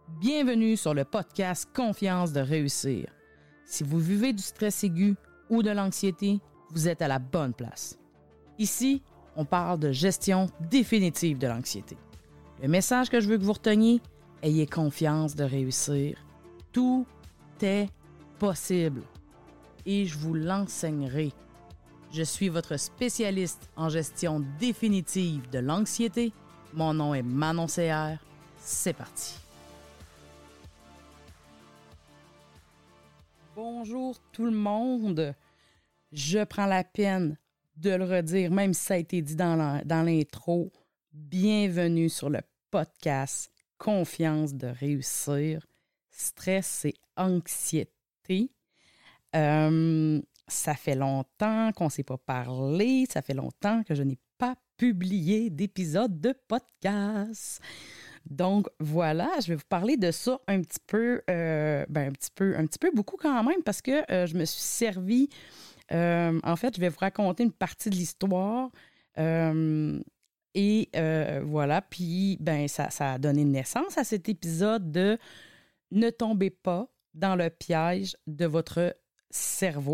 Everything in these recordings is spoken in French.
Bienvenue sur le podcast Confiance de réussir. Si vous vivez du stress aigu ou de l'anxiété, vous êtes à la bonne place. Ici, on parle de gestion définitive de l'anxiété. Le message que je veux que vous reteniez, ayez confiance de réussir. Tout est possible et je vous l'enseignerai. Je suis votre spécialiste en gestion définitive de l'anxiété. Mon nom est Manon CR. C'est parti. Bonjour tout le monde. Je prends la peine de le redire, même si ça a été dit dans l'intro. Bienvenue sur le podcast Confiance de réussir. Stress et anxiété. Ça fait longtemps qu'on ne s'est pas parlé. Ça fait longtemps que je n'ai pas publié d'épisode de podcast. Donc, voilà, je vais vous parler de ça un petit peu, beaucoup quand même, parce que je me suis servi, en fait, je vais vous raconter une partie de l'histoire, voilà, puis, ça a donné naissance à cet épisode de « Ne tombez pas dans le piège de votre cerveau ».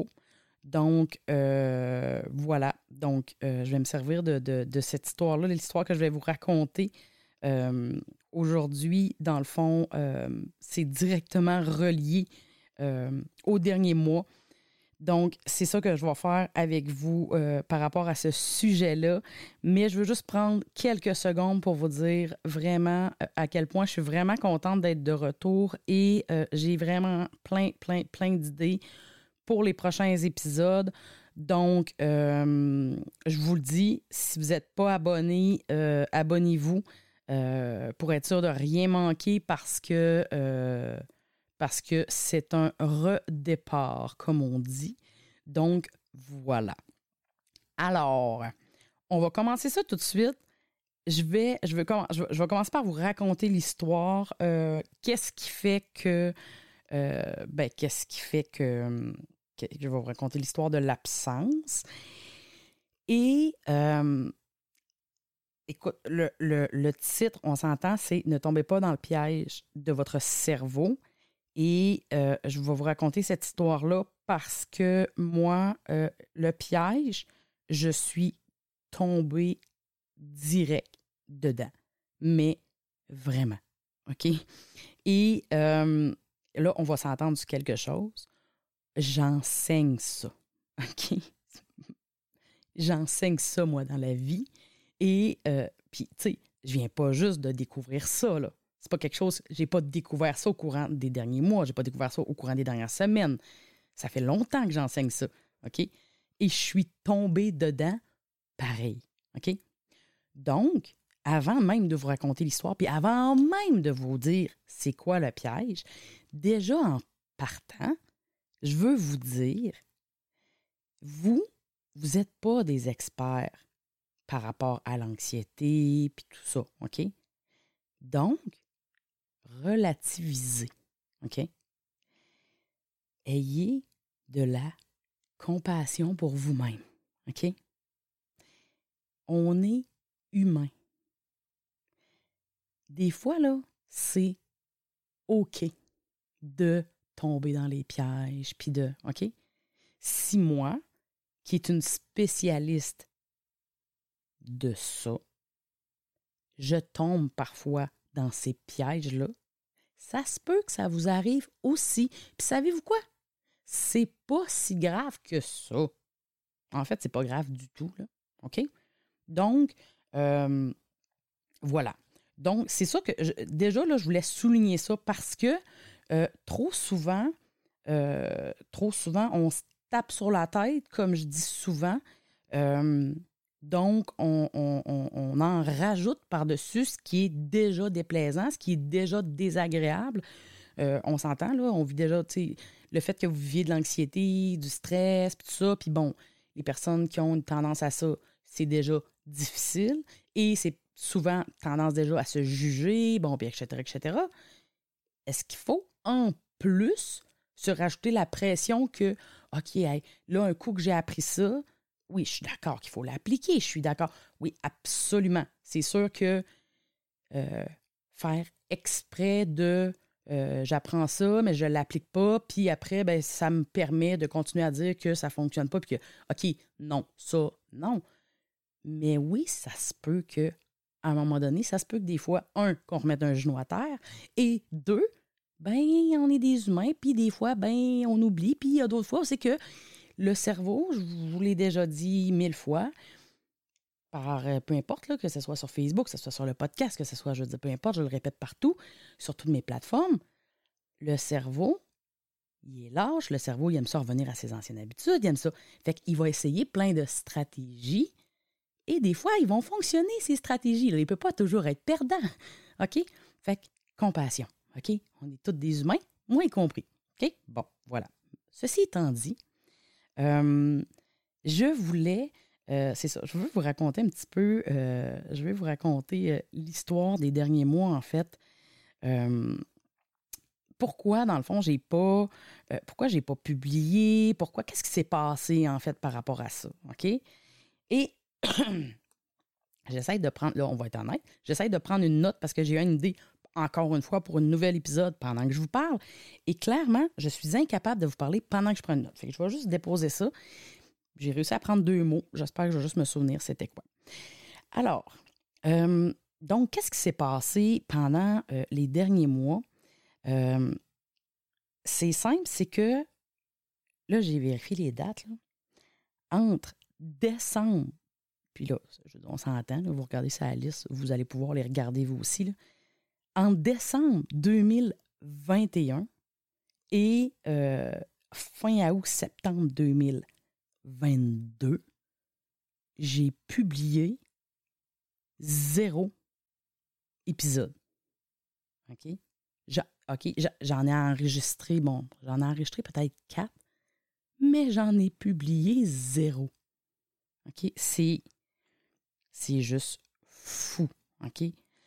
Donc, voilà, donc je vais me servir de cette histoire-là, l'histoire que je vais vous raconter aujourd'hui, dans le fond, c'est directement relié au dernier mois. Donc, c'est ça que je vais faire avec vous par rapport à ce sujet-là. Mais je veux juste prendre quelques secondes pour vous dire vraiment à quel point je suis vraiment contente d'être de retour et j'ai vraiment plein d'idées pour les prochains épisodes. Donc, je vous le dis, si vous n'êtes pas abonné, abonnez-vous. Pour être sûr de rien manquer parce que c'est un redépart, comme on dit. Donc, voilà. Alors, on va commencer ça tout de suite. Je vais commencer par vous raconter l'histoire. Qu'est-ce qui fait que je vais vous raconter l'histoire de l'absence. Et écoute, le titre, on s'entend, c'est « Ne tombez pas dans le piège de votre cerveau ». Et je vais vous raconter cette histoire-là parce que moi, le piège, je suis tombée direct dedans. Mais vraiment, OK? Et là, on va s'entendre sur quelque chose. J'enseigne ça, OK? J'enseigne ça, moi, dans la vie. Et puis, tu sais, je viens pas juste de découvrir ça, là. C'est pas quelque chose, j'ai pas découvert ça au courant des derniers mois, j'ai pas découvert ça au courant des dernières semaines. Ça fait longtemps que j'enseigne ça, OK? Et je suis tombée dedans pareil, OK? Donc, avant même de vous raconter l'histoire, puis avant même de vous dire c'est quoi le piège, déjà en partant, je veux vous dire, vous n'êtes pas des experts par rapport à l'anxiété puis tout ça, OK? Donc, relativisez, OK? Ayez de la compassion pour vous-même, OK? On est humain. Des fois, là, c'est OK de tomber dans les pièges, puis OK? Si moi, qui est une spécialiste de ça, je tombe parfois dans ces pièges-là, ça se peut que ça vous arrive aussi. Puis savez-vous quoi? C'est pas si grave que ça. En fait, c'est pas grave du tout, là. OK? Donc, voilà. Donc, c'est ça que, déjà, là, je voulais souligner ça parce que trop souvent, on se tape sur la tête, comme je dis souvent. Donc, on en rajoute par-dessus ce qui est déjà déplaisant, ce qui est déjà désagréable. On s'entend, là, on vit déjà, tu sais, le fait que vous viviez de l'anxiété, du stress, puis tout ça, puis bon, les personnes qui ont une tendance à ça, c'est déjà difficile et c'est souvent tendance déjà à se juger, bon, puis etc., etc. Est-ce qu'il faut, en plus, se rajouter la pression que, OK, hey, là, un coup que j'ai appris ça, oui, je suis d'accord qu'il faut l'appliquer, je suis d'accord. Oui, absolument. C'est sûr que faire exprès de j'apprends ça, mais je ne l'applique pas, puis après, ben, ça me permet de continuer à dire que ça ne fonctionne pas, puis que, OK, non, ça, non. Mais oui, ça se peut que, à un moment donné, ça se peut que des fois, un, qu'on remette un genou à terre, et deux, ben, on est des humains, puis des fois, ben, on oublie, puis il y a d'autres fois, c'est que le cerveau, je vous l'ai déjà dit 1000 fois, par peu importe, là, que ce soit sur Facebook, que ce soit sur le podcast, que ce soit, je veux dire, peu importe, je le répète partout, sur toutes mes plateformes, le cerveau, il est lâche, le cerveau, il aime ça revenir à ses anciennes habitudes, il aime ça. Fait qu'il va essayer plein de stratégies et des fois, ils vont fonctionner, ces stratégies. Là. Il ne peut pas toujours être perdant. OK? Fait que compassion. OK? On est tous des humains, moi y compris. OK? Bon, voilà. Ceci étant dit, je voulais, c'est ça, je veux vous raconter un petit peu, je vais vous raconter l'histoire des derniers mois, en fait. Pourquoi, dans le fond, pourquoi j'ai pas publié, qu'est-ce qui s'est passé, en fait, par rapport à ça, OK? Et j'essaie de prendre, là, on va être honnête, j'essaie de prendre une note parce que j'ai eu une idée, encore une fois, pour un nouvel épisode pendant que je vous parle. Et clairement, je suis incapable de vous parler pendant que je prends une note. Fait que je vais juste déposer ça. J'ai réussi à prendre 2 mots. J'espère que je vais juste me souvenir c'était quoi. Alors, donc, qu'est-ce qui s'est passé pendant les derniers mois? C'est simple, c'est que, là, j'ai vérifié les dates, là, entre décembre, puis là, on s'entend, là, vous regardez ça à la liste, vous allez pouvoir les regarder vous aussi, là. En décembre 2021 et fin août, septembre 2022, j'ai publié 0 épisode. OK? J'en ai enregistré, peut-être 4, mais j'en ai publié 0. OK? C'est juste fou. OK?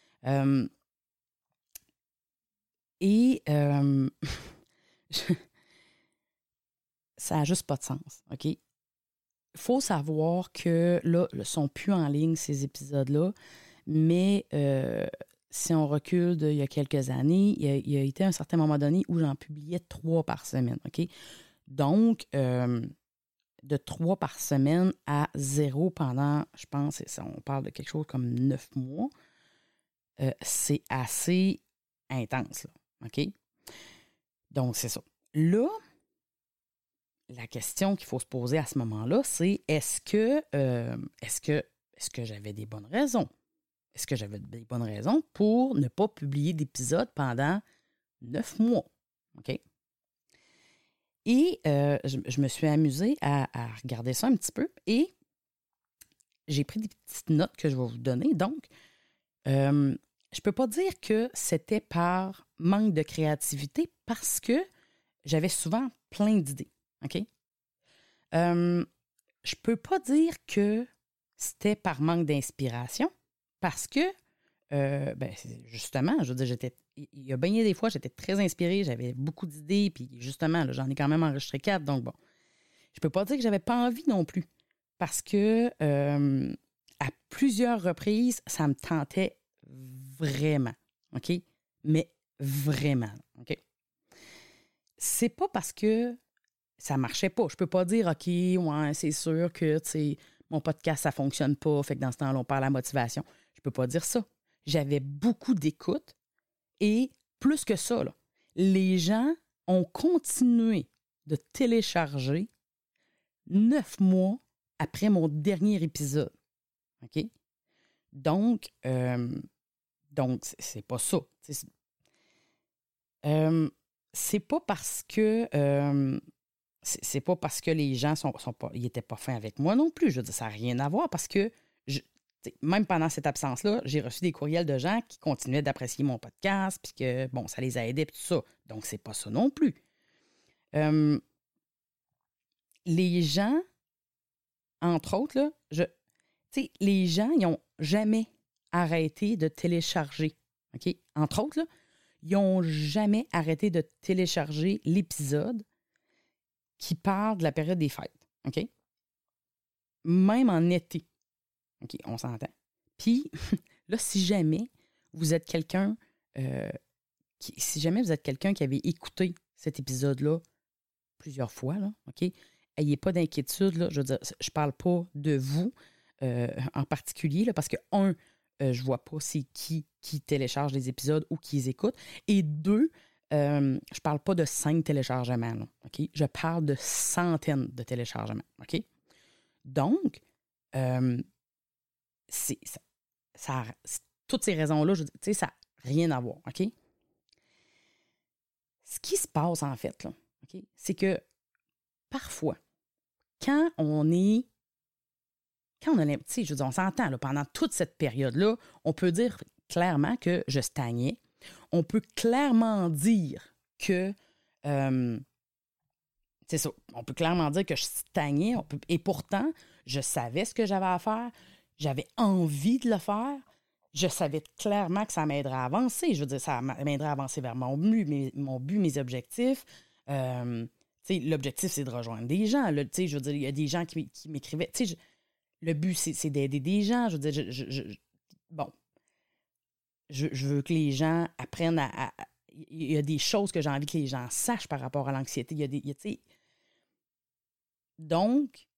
Ça n'a juste pas de sens. OK? Il faut savoir que là, ils ne sont plus en ligne, ces épisodes-là, mais si on recule d'il y a quelques années, il y a été un certain moment donné où j'en publiais 3 par semaine. OK? Donc, de 3 par semaine à 0 pendant, je pense, on parle de quelque chose comme 9 mois, c'est assez intense, là. OK? Donc, c'est ça. Là, la question qu'il faut se poser à ce moment-là, c'est est-ce que j'avais des bonnes raisons? Est-ce que j'avais des bonnes raisons pour ne pas publier d'épisode pendant 9 mois? OK? Et je me suis amusée à regarder ça un petit peu et j'ai pris des petites notes que je vais vous donner. Donc, je ne peux pas dire que c'était par manque de créativité parce que j'avais souvent plein d'idées. OK? Je ne peux pas dire que c'était par manque d'inspiration parce que, justement, je veux dire, il y a bien des fois, j'étais très inspirée, j'avais beaucoup d'idées, puis justement, là, j'en ai quand même enregistré 4, donc bon. Je ne peux pas dire que j'avais pas envie non plus parce que à plusieurs reprises, ça me tentait vraiment, OK? Mais vraiment, OK? C'est pas parce que ça marchait pas. Je peux pas dire, OK, ouais, c'est sûr que, tu sais, mon podcast, ça fonctionne pas, fait que dans ce temps-là, on parle à la motivation. Je peux pas dire ça. J'avais beaucoup d'écoute et plus que ça, là, les gens ont continué de télécharger 9 mois après mon dernier épisode. OK? Donc, c'est pas ça. C'est pas parce que c'est pas parce que les gens sont pas, ils étaient pas fins avec moi non plus. Je veux dire, ça n'a rien à voir parce que même pendant cette absence-là, j'ai reçu des courriels de gens qui continuaient d'apprécier mon podcast puis que, bon, ça les a aidés et tout ça. Donc, c'est pas ça non plus. Les gens, entre autres, là, les gens, ils n'ont jamais arrêté de télécharger. OK? Entre autres, là, ils n'ont jamais arrêté de télécharger l'épisode qui parle de la période des fêtes. OK? Même en été. OK, on s'entend. Puis, là, si jamais vous êtes quelqu'un si jamais vous êtes quelqu'un qui avait écouté cet épisode-là plusieurs fois, là, OK? Ayez pas d'inquiétude, là. Je veux dire, je parle pas de vous en particulier, là, parce que, je vois pas c'est qui télécharge les épisodes ou qui les écoute. Et deux, je parle pas de 5 téléchargements, là, OK? Je parle de centaines de téléchargements, OK? Donc, toutes ces raisons-là, tu sais, ça n'a rien à voir, OK? Ce qui se passe, en fait, là, OK, c'est que parfois, quand on a tu sais, je veux dire, on s'entend, là, pendant toute cette période-là, on peut dire clairement que je stagnais. On peut clairement dire que, c'est ça, on peut clairement dire que je stagnais. Et pourtant, je savais ce que j'avais à faire. J'avais envie de le faire. Je savais clairement que ça m'aiderait à avancer. Je veux dire, ça m'aiderait à avancer vers mon but, mes objectifs. L'objectif, c'est de rejoindre des gens. Là, je veux dire, il y a des gens qui m'écrivaient. Le but, c'est d'aider des gens. Je veux dire, je veux que les gens apprennent à il y a des choses que j'ai envie que les gens sachent par rapport à l'anxiété. Donc,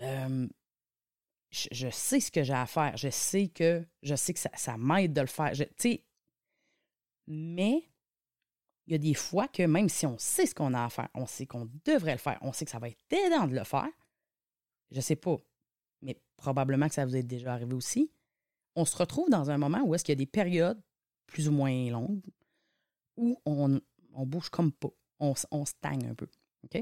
je sais ce que j'ai à faire. Je sais que ça m'aide de le faire. Mais il y a des fois que même si on sait ce qu'on a à faire, on sait qu'on devrait le faire, on sait que ça va être aidant de le faire, je sais pas, mais probablement que ça vous est déjà arrivé aussi, on se retrouve dans un moment où est-ce qu'il y a des périodes plus ou moins longues où on bouge comme pas, on stagne un peu, OK?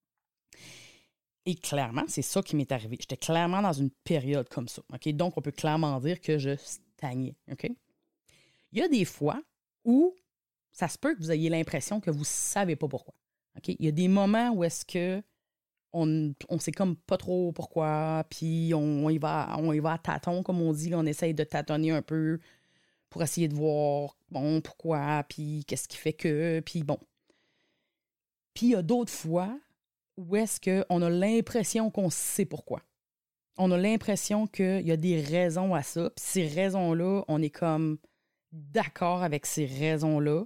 Et clairement, c'est ça qui m'est arrivé. J'étais clairement dans une période comme ça, OK? Donc, on peut clairement dire que je stagnais, OK? Il y a des fois où ça se peut que vous ayez l'impression que vous ne savez pas pourquoi, OK? Il y a des moments où est-ce que on sait comme pas trop pourquoi, puis on y va à tâtons, comme on dit, là, on essaye de tâtonner un peu pour essayer de voir, bon, pourquoi, puis qu'est-ce qui fait que, puis bon. Puis il y a d'autres fois où est-ce qu'on a l'impression qu'on sait pourquoi. On a l'impression qu'il y a des raisons à ça, puis ces raisons-là, on est comme d'accord avec ces raisons-là.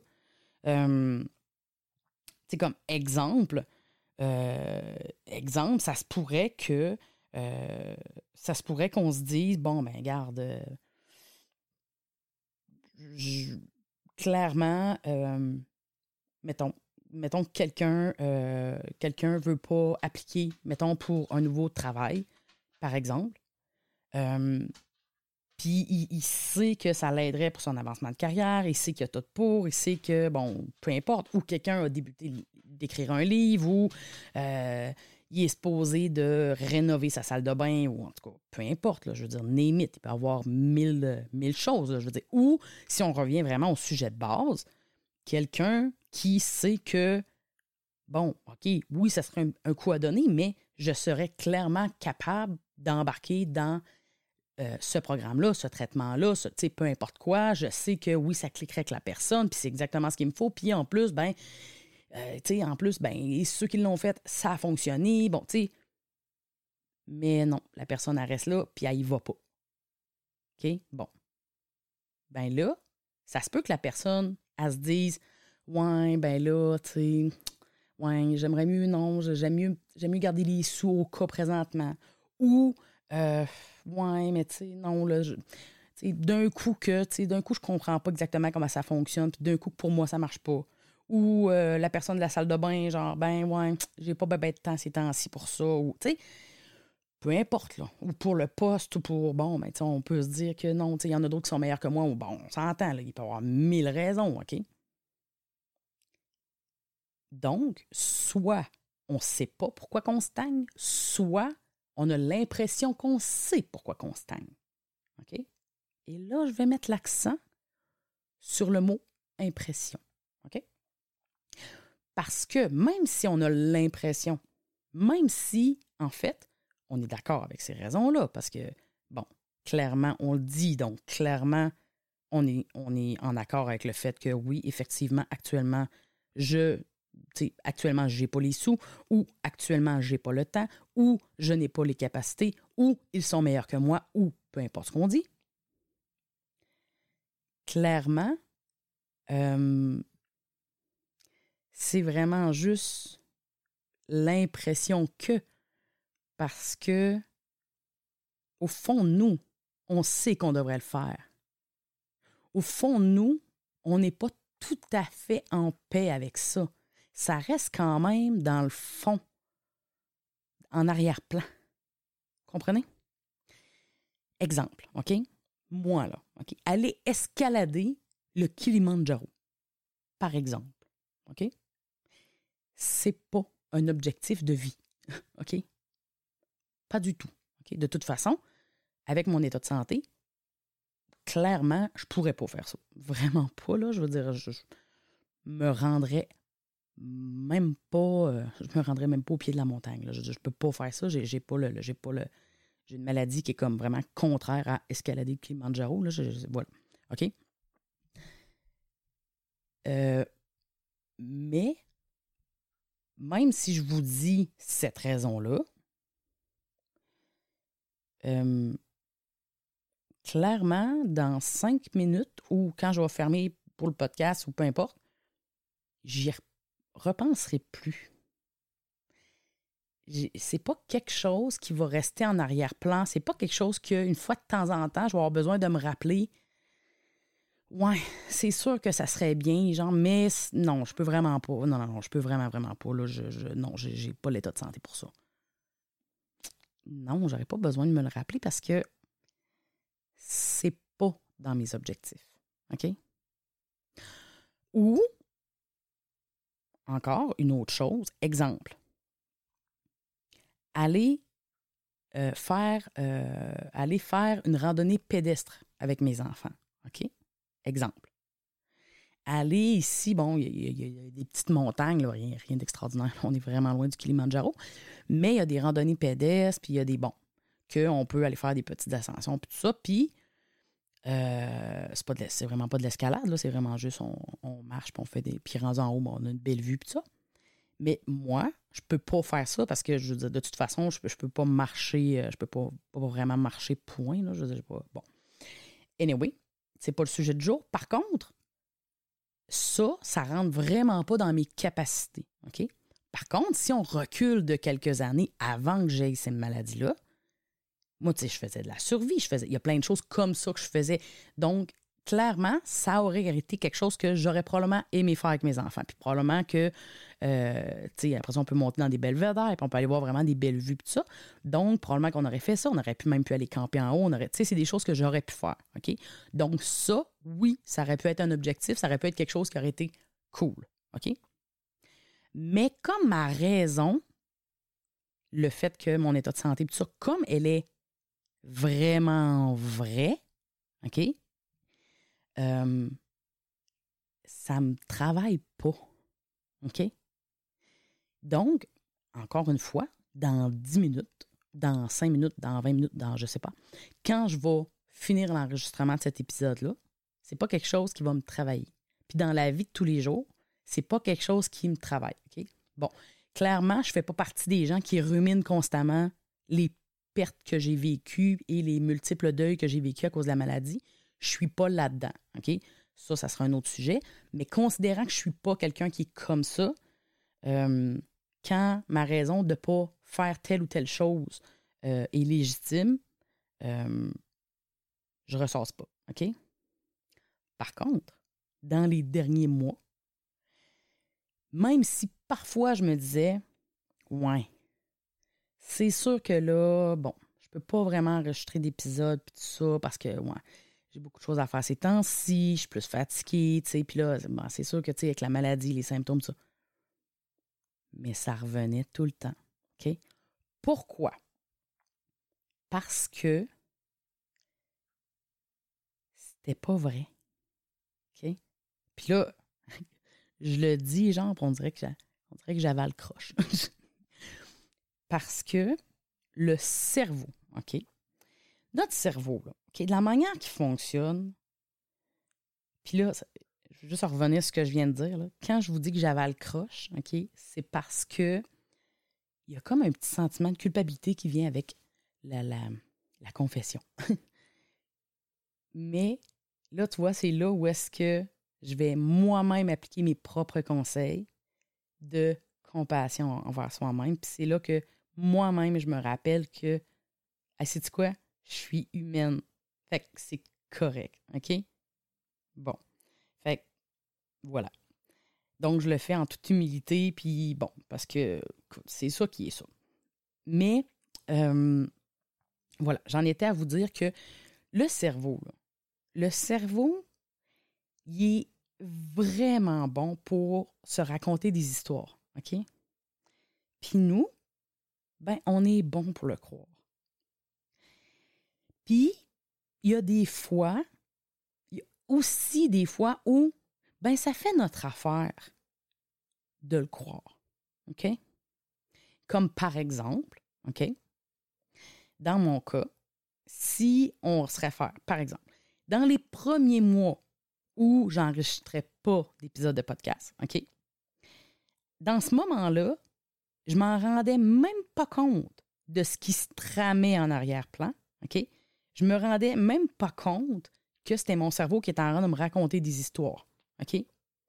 C'est comme exemple, ça se pourrait que qu'on se dise, bon, ben regarde, clairement, mettons que quelqu'un ne veut pas appliquer, mettons, pour un nouveau travail, par exemple. Puis il sait que ça l'aiderait pour son avancement de carrière, il sait qu'il y a tout pour, il sait que, bon, peu importe, ou quelqu'un a débuté d'écrire un livre, ou il est supposé de rénover sa salle de bain, ou en tout cas, peu importe, là, je veux dire, name it, il peut y avoir mille choses, là, je veux dire. Ou, si on revient vraiment au sujet de base, quelqu'un qui sait que, bon, OK, oui, ça serait un coup à donner, mais je serais clairement capable d'embarquer dans ce programme-là, ce traitement-là, peu importe quoi, je sais que oui, ça cliquerait avec la personne, puis c'est exactement ce qu'il me faut. Puis en plus, ceux qui l'ont fait, ça a fonctionné. Bon, tu sais, mais non, la personne, elle reste là, puis elle y va pas. OK? Bon. Ben là, ça se peut que la personne, elle se dise, ouais, ben là, tu sais, ouais, j'aimerais mieux, non, j'aime mieux garder les sous au cas présentement. Ou, ouais, mais tu sais, non, là, d'un coup, je comprends pas exactement comment ça fonctionne, puis d'un coup, pour moi, ça marche pas. Ou la personne de la salle de bain, genre, ben, ouais, j'ai pas ben de temps ces temps-ci pour ça. Ou, tu sais, peu importe, là. Ou pour le poste, ou pour, bon, ben, on peut se dire que non, tu sais, il y en a d'autres qui sont meilleurs que moi, ou bon, on s'entend, là, il peut y avoir 1000 raisons, OK? Donc, soit on ne sait pas pourquoi qu'on stagne, soit on a l'impression qu'on sait pourquoi qu'on stagne. OK? Et là, je vais mettre l'accent sur le mot impression. OK? Parce que même si on a l'impression, même si, en fait, on est d'accord avec ces raisons-là, parce que, bon, clairement, on le dit, donc clairement, on est en accord avec le fait que oui, effectivement, actuellement, je n'ai pas les sous, ou actuellement, je n'ai pas le temps, ou je n'ai pas les capacités, ou ils sont meilleurs que moi, ou peu importe ce qu'on dit. Clairement, c'est vraiment juste l'impression que, parce que, au fond, nous, on sait qu'on devrait le faire. Au fond, nous, on n'est pas tout à fait en paix avec ça. Ça reste quand même dans le fond, en arrière-plan. Comprenez? Exemple, OK? Moi, là, OK? Aller escalader le Kilimandjaro, par exemple, OK? C'est pas un objectif de vie, OK? Pas du tout. OK? De toute façon, avec mon état de santé, clairement, je pourrais pas faire ça. Vraiment pas, là. Je veux dire, je me rendrais même pas... je me rendrais même pas au pied de la montagne, là. Je peux pas faire ça. J'ai une maladie qui est comme vraiment contraire à escalader le Kilimanjaro, là. Voilà. OK? Mais, même si je vous dis cette raison-là, clairement, dans 5 minutes ou quand je vais fermer pour le podcast ou peu importe, j'y repenserai plus. C'est pas quelque chose qui va rester en arrière-plan. C'est pas quelque chose qu'une fois de temps en temps, je vais avoir besoin de me rappeler. Ouais, c'est sûr que ça serait bien, genre, mais non, je peux vraiment pas. Non, je peux vraiment pas. Là, non, j'ai pas l'état de santé pour ça. Non, j'aurais pas besoin de me le rappeler parce que c'est pas dans mes objectifs. OK? Ou, encore, une autre chose, exemple, aller faire une randonnée pédestre avec mes enfants. OK? Exemple. Aller ici, bon, il y a des petites montagnes, là, rien d'extraordinaire. On est vraiment loin du Kilimandjaro. Mais il y a des randonnées pédestres, puis il y a des bons, qu'on peut aller faire des petites ascensions, puis tout ça. Puis, c'est vraiment pas de l'escalade, là. C'est vraiment juste, on marche, puis on fait des. Puis rendu en haut, bon, on a une belle vue, puis tout ça. Mais moi, je peux pas faire ça parce que, je veux dire, de toute façon, je peux pas marcher, je peux pas vraiment marcher, point, là. Je veux dire, pas. Bon. Anyway, c'est pas le sujet du jour. Par contre, ça rentre vraiment pas dans mes capacités. OK? Par contre, si on recule de quelques années avant que j'aie cette maladie-là, moi, tu sais, je faisais de la survie, il y a plein de choses comme ça que je faisais. Donc, clairement, ça aurait été quelque chose que j'aurais probablement aimé faire avec mes enfants. Puis probablement que, tu sais, après ça, on peut monter dans des belles belvédères, puis on peut aller voir vraiment des belles vues, puis tout ça. Donc, probablement qu'on aurait fait ça. On aurait même pu aller camper en haut. Tu sais, c'est des choses que j'aurais pu faire. OK? Donc, ça, oui, ça aurait pu être un objectif. Ça aurait pu être quelque chose qui aurait été cool. OK? Mais comme ma raison, le fait que mon état de santé, tout ça, comme elle est vraiment vraie, OK? Ça me travaille pas. OK? Donc, encore une fois, dans 10 minutes, dans 5 minutes, dans 20 minutes, dans je sais pas, quand je vais finir l'enregistrement de cet épisode-là, c'est pas quelque chose qui va me travailler. Puis dans la vie de tous les jours, c'est pas quelque chose qui me travaille. OK? Bon, clairement, je fais pas partie des gens qui ruminent constamment les pertes que j'ai vécues et les multiples deuils que j'ai vécus à cause de la maladie. Je suis pas là-dedans. OK? Ça sera un autre sujet. Mais considérant que je suis pas quelqu'un qui est comme ça, quand ma raison de ne pas faire telle ou telle chose est légitime, je ne ressasse pas. OK? Par contre, dans les derniers mois, même si parfois je me disais, ouais, c'est sûr que là, bon, je peux pas vraiment enregistrer d'épisodes puis tout ça parce que, ouais, j'ai beaucoup de choses à faire ces temps-ci, je suis plus fatiguée, tu sais, puis là, bon, c'est sûr que, tu sais, avec la maladie, les symptômes, tout ça. Mais ça revenait tout le temps. OK? Pourquoi? Parce que c'était pas vrai. OK? Puis là, je le dis, genre, on dirait que j'avais le croche. Parce que le cerveau, OK? Notre cerveau, là, OK? De la manière qu'il fonctionne, puis là, je vais juste revenir sur ce que je viens de dire, là. Quand je vous dis que j'avais le croche, OK? C'est parce que il y a comme un petit sentiment de culpabilité qui vient avec la confession. Mais là, tu vois, c'est là où est-ce que je vais moi-même appliquer mes propres conseils. de compassion envers soi-même. Puis c'est là que moi-même, je me rappelle que, hey, sais-tu quoi? Je suis humaine. Fait que c'est correct, OK? Bon. Fait que, voilà. Donc, je le fais en toute humilité, puis bon, parce que, écoute, c'est ça qui est ça. Mais, voilà, j'en étais à vous dire que le cerveau, il est vraiment bon pour se raconter des histoires, OK? Puis nous, ben, on est bon pour le croire. Puis, il y a aussi des fois où, ben, ça fait notre affaire de le croire, OK? Comme par exemple, OK? Dans mon cas, si on se réfère, par exemple, dans les premiers mois où j'enregistrais pas d'épisode de podcast, OK? Dans ce moment-là, je m'en rendais même pas compte de ce qui se tramait en arrière-plan, OK? Je me rendais même pas compte que c'était mon cerveau qui était en train de me raconter des histoires, OK?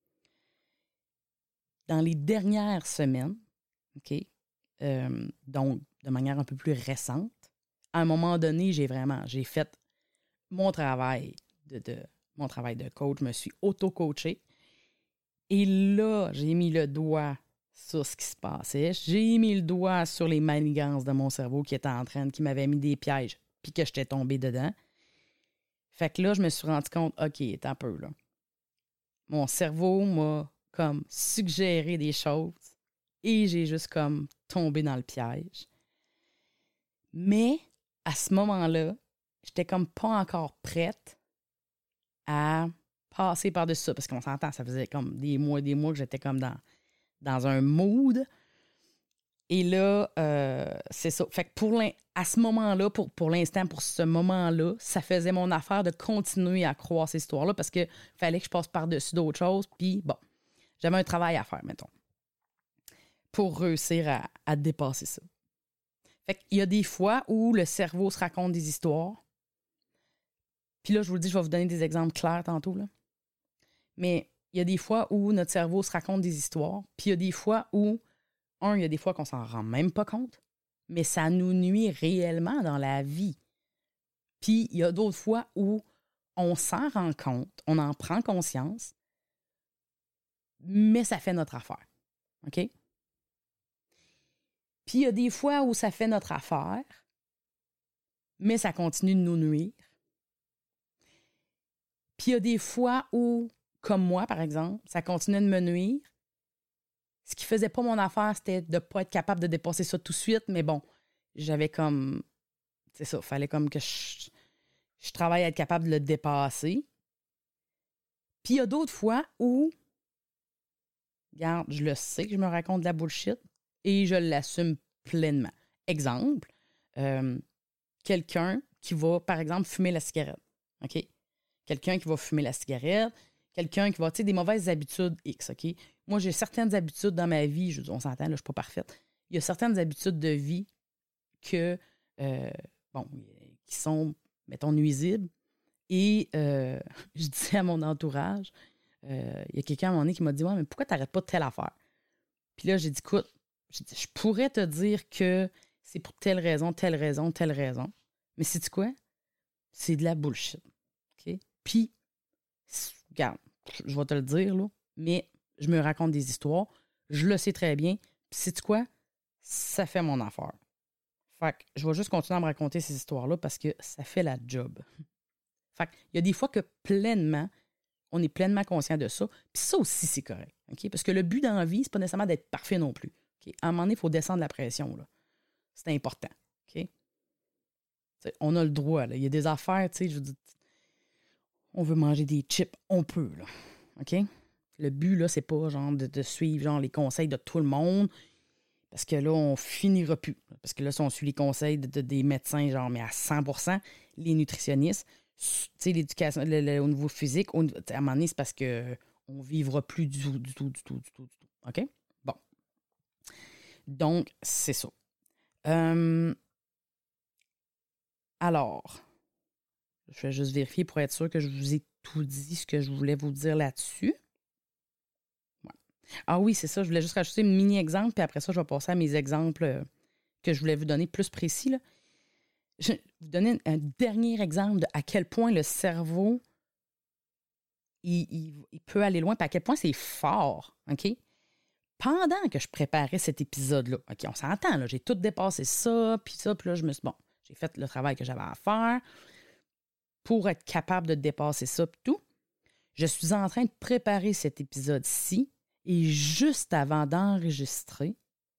Dans les dernières semaines, OK? Donc, de manière un peu plus récente, à un moment donné, j'ai fait mon travail mon travail de coach, je me suis auto-coachée. Et là, j'ai mis le doigt sur ce qui se passait. J'ai mis le doigt sur les manigances de mon cerveau qui m'avait mis des pièges, puis que j'étais tombée dedans. Fait que là, je me suis rendu compte, OK, attends un peu, là. Mon cerveau m'a comme suggéré des choses et j'ai juste comme tombé dans le piège. Mais à ce moment-là, j'étais comme pas encore prête à passer par-dessus ça. Parce qu'on s'entend, ça faisait comme des mois que j'étais comme dans un mood. Et là, c'est ça. Fait que à ce moment-là, pour l'instant, pour ce moment-là, ça faisait mon affaire de continuer à croire ces histoires-là parce qu'il fallait que je passe par-dessus d'autres choses. Puis bon, j'avais un travail à faire, mettons, pour réussir à dépasser ça. Fait qu'il y a des fois où le cerveau se raconte des histoires. Puis là, je vous le dis, je vais vous donner des exemples clairs tantôt, là. Mais il y a des fois où notre cerveau se raconte des histoires. Puis il y a des fois où, il y a des fois qu'on s'en rend même pas compte, mais ça nous nuit réellement dans la vie. Puis il y a d'autres fois où on s'en rend compte, on en prend conscience, mais ça fait notre affaire. OK? Puis il y a des fois où ça fait notre affaire, mais ça continue de nous nuire. Puis il y a des fois où, comme moi, par exemple, ça continuait de me nuire. Ce qui faisait pas mon affaire, c'était de ne pas être capable de dépasser ça tout de suite, mais bon, j'avais comme... C'est ça, il fallait comme que je travaille à être capable de le dépasser. Puis il y a d'autres fois où, regarde, je le sais que je me raconte de la bullshit et je l'assume pleinement. Exemple, quelqu'un qui va, par exemple, fumer la cigarette. OK? Quelqu'un qui va fumer la cigarette, quelqu'un qui va, tu sais, des mauvaises habitudes X, OK? Moi, j'ai certaines habitudes dans ma vie, on s'entend, là, je ne suis pas parfaite. Il y a certaines habitudes de vie que, qui sont, mettons, nuisibles. Et je disais à mon entourage, il y a quelqu'un à un moment donné qui m'a dit « Ouais, mais pourquoi tu n'arrêtes pas de telle affaire? » Puis là, j'ai dit « Écoute, je pourrais te dire que c'est pour telle raison, telle raison, telle raison. Mais sais-tu quoi? C'est de la bullshit. OK? Puis, regarde, je vais te le dire, là, mais je me raconte des histoires. Je le sais très bien. Puis, sais-tu quoi? Ça fait mon affaire. Fait que je vais juste continuer à me raconter ces histoires-là parce que ça fait la job. Fait qu'il y a des fois que on est pleinement conscient de ça. Puis ça aussi, c'est correct. OK? Parce que le but dans la vie, c'est pas nécessairement d'être parfait non plus. OK? À un moment donné, il faut descendre la pression, là. C'est important. OK? T'sais, on a le droit, là. Il y a des affaires, tu sais, je veux dire, on veut manger des chips, on peut, là. OK? Le but, là, c'est pas genre de suivre genre les conseils de tout le monde. Parce que là, on finira plus. Parce que là, si on suit les conseils des médecins, genre, mais à 100%, les nutritionnistes, tu sais, l'éducation, au niveau physique, à un moment donné, c'est parce qu'on ne vivra plus du tout. OK? Bon. Donc, c'est ça. Alors, je vais juste vérifier pour être sûr que je vous ai tout dit ce que je voulais vous dire là-dessus. Ouais. Ah oui, c'est ça. Je voulais juste rajouter un mini-exemple, puis après ça, je vais passer à mes exemples que je voulais vous donner plus précis. Là. Je vais vous donner un dernier exemple de à quel point le cerveau, il peut aller loin, puis à quel point c'est fort, OK? Pendant que je préparais cet épisode-là, OK, on s'entend, là, j'ai tout dépassé ça, puis là, je me suis bon, j'ai fait le travail que j'avais à faire pour être capable de dépasser ça, puis tout. Je suis en train de préparer cet épisode-ci, et juste avant d'enregistrer,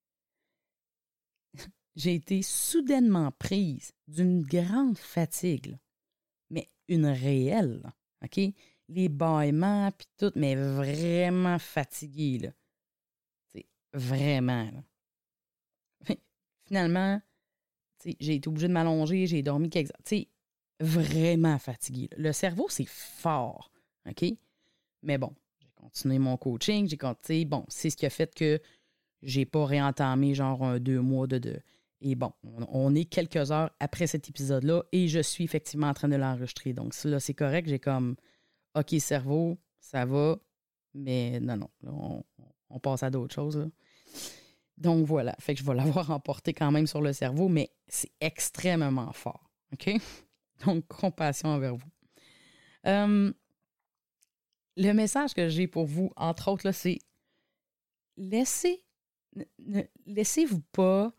j'ai été soudainement prise d'une grande fatigue, là. Mais une réelle, là, OK? Les bâillements, puis tout, mais vraiment fatiguée, là. T'sais, vraiment, là. Finalement, j'ai été obligée de m'allonger, j'ai dormi quelques heures. T'sais, vraiment fatiguée, là. Le cerveau, c'est fort, OK? Mais bon, j'ai continué mon coaching, j'ai continué. Bon, c'est ce qui a fait que j'ai pas réentamé genre 2 mois de. Et bon, on est quelques heures après cet épisode-là et je suis effectivement en train de l'enregistrer. Donc là, c'est correct. J'ai comme OK, cerveau, ça va. Mais non. Là, on passe à d'autres choses. Là. Donc voilà. Fait que je vais l'avoir emporté quand même sur le cerveau, mais c'est extrêmement fort. OK? Donc, compassion envers vous. Le message que j'ai pour vous, entre autres, là, c'est laissez-vous pas.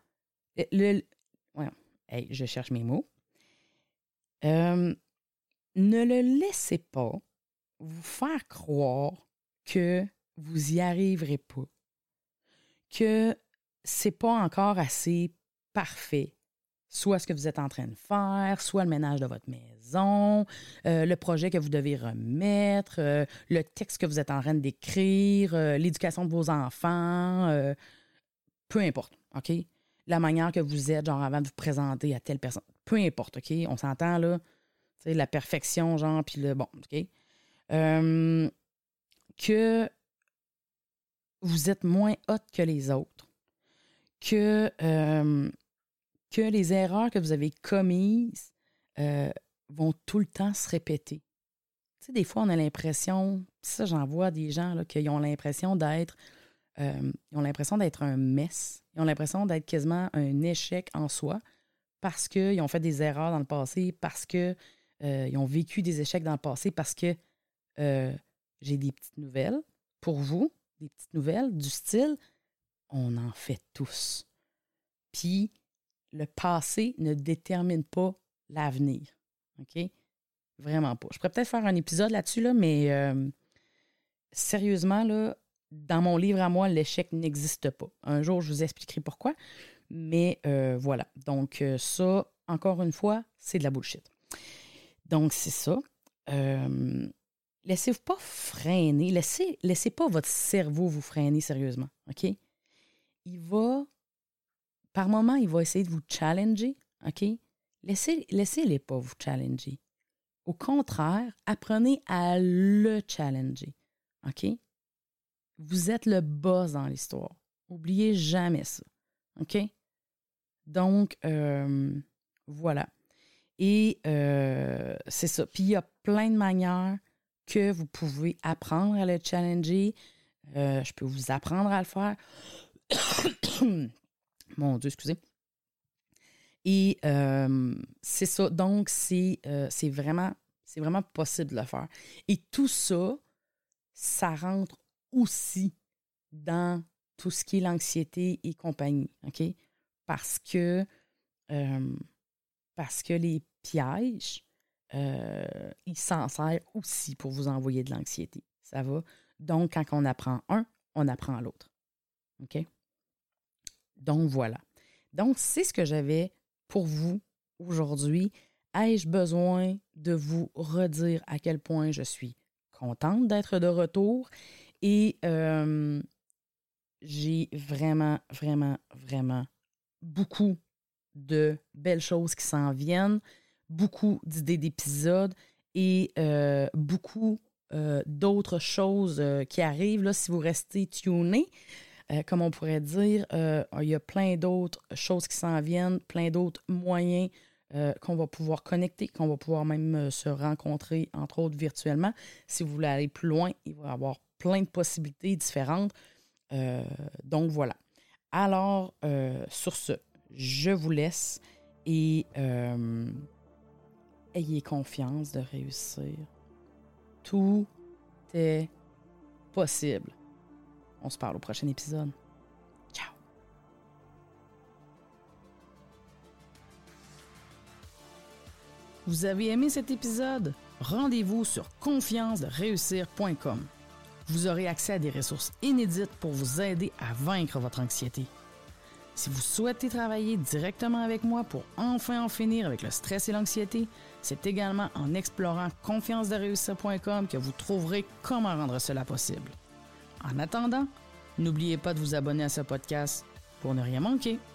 Je cherche mes mots. Ne le laissez pas vous faire croire que vous y arriverez pas, que c'est pas encore assez parfait. Soit ce que vous êtes en train de faire, soit le ménage de votre maison, le projet que vous devez remettre, le texte que vous êtes en train d'écrire, l'éducation de vos enfants, peu importe, OK? La manière que vous êtes, genre avant de vous présenter à telle personne, peu importe, OK? On s'entend, là, tu sais, la perfection, genre, puis le bon, OK? Que vous êtes moins hot que les autres, que les erreurs que vous avez commises vont tout le temps se répéter. Tu sais, des fois, on a l'impression, ça, j'en vois des gens là, qui ont l'impression d'être un mess. Ils ont l'impression d'être quasiment un échec en soi parce qu'ils ont fait des erreurs dans le passé, parce qu'ils ont vécu des échecs dans le passé, parce que j'ai des petites nouvelles pour vous, des petites nouvelles du style, on en fait tous. Puis, le passé ne détermine pas l'avenir. OK? Vraiment pas. Je pourrais peut-être faire un épisode là-dessus, là, mais sérieusement, là, dans mon livre à moi, l'échec n'existe pas. Un jour, je vous expliquerai pourquoi. Mais voilà. Donc, ça, encore une fois, c'est de la bullshit. Donc, c'est ça. Laissez-vous pas freiner. Laissez pas votre cerveau vous freiner sérieusement. OK? Par moment, il va essayer de vous challenger. OK? Laissez-les pas vous challenger. Au contraire, apprenez à le challenger. OK? Vous êtes le boss dans l'histoire. Oubliez jamais ça. OK? Donc, voilà. Et c'est ça. Puis, il y a plein de manières que vous pouvez apprendre à le challenger. Je peux vous apprendre à le faire. Mon Dieu, excusez. Et c'est ça. Donc, c'est vraiment possible de le faire. Et tout ça, ça rentre aussi dans tout ce qui est l'anxiété et compagnie. OK? Parce que les pièges, ils s'en servent aussi pour vous envoyer de l'anxiété. Ça va? Donc, quand on apprend un, on apprend l'autre. OK? Donc, voilà. Donc, c'est ce que j'avais pour vous aujourd'hui. Ai-je besoin de vous redire à quel point je suis contente d'être de retour et j'ai vraiment, vraiment, vraiment beaucoup de belles choses qui s'en viennent, beaucoup d'idées d'épisodes et beaucoup d'autres choses qui arrivent. Là, si vous restez tunés, comme on pourrait dire, il y a plein d'autres choses qui s'en viennent, plein d'autres moyens qu'on va pouvoir connecter, qu'on va pouvoir même se rencontrer, entre autres virtuellement. Si vous voulez aller plus loin, il va y avoir plein de possibilités différentes. Donc voilà. Alors, sur ce, je vous laisse et ayez confiance de réussir. Tout est possible. On se parle au prochain épisode. Ciao! Vous avez aimé cet épisode? Rendez-vous sur confiance-de-réussir.com. Vous aurez accès à des ressources inédites pour vous aider à vaincre votre anxiété. Si vous souhaitez travailler directement avec moi pour enfin en finir avec le stress et l'anxiété, c'est également en explorant confiance-de-réussir.com que vous trouverez comment rendre cela possible. En attendant, n'oubliez pas de vous abonner à ce podcast pour ne rien manquer.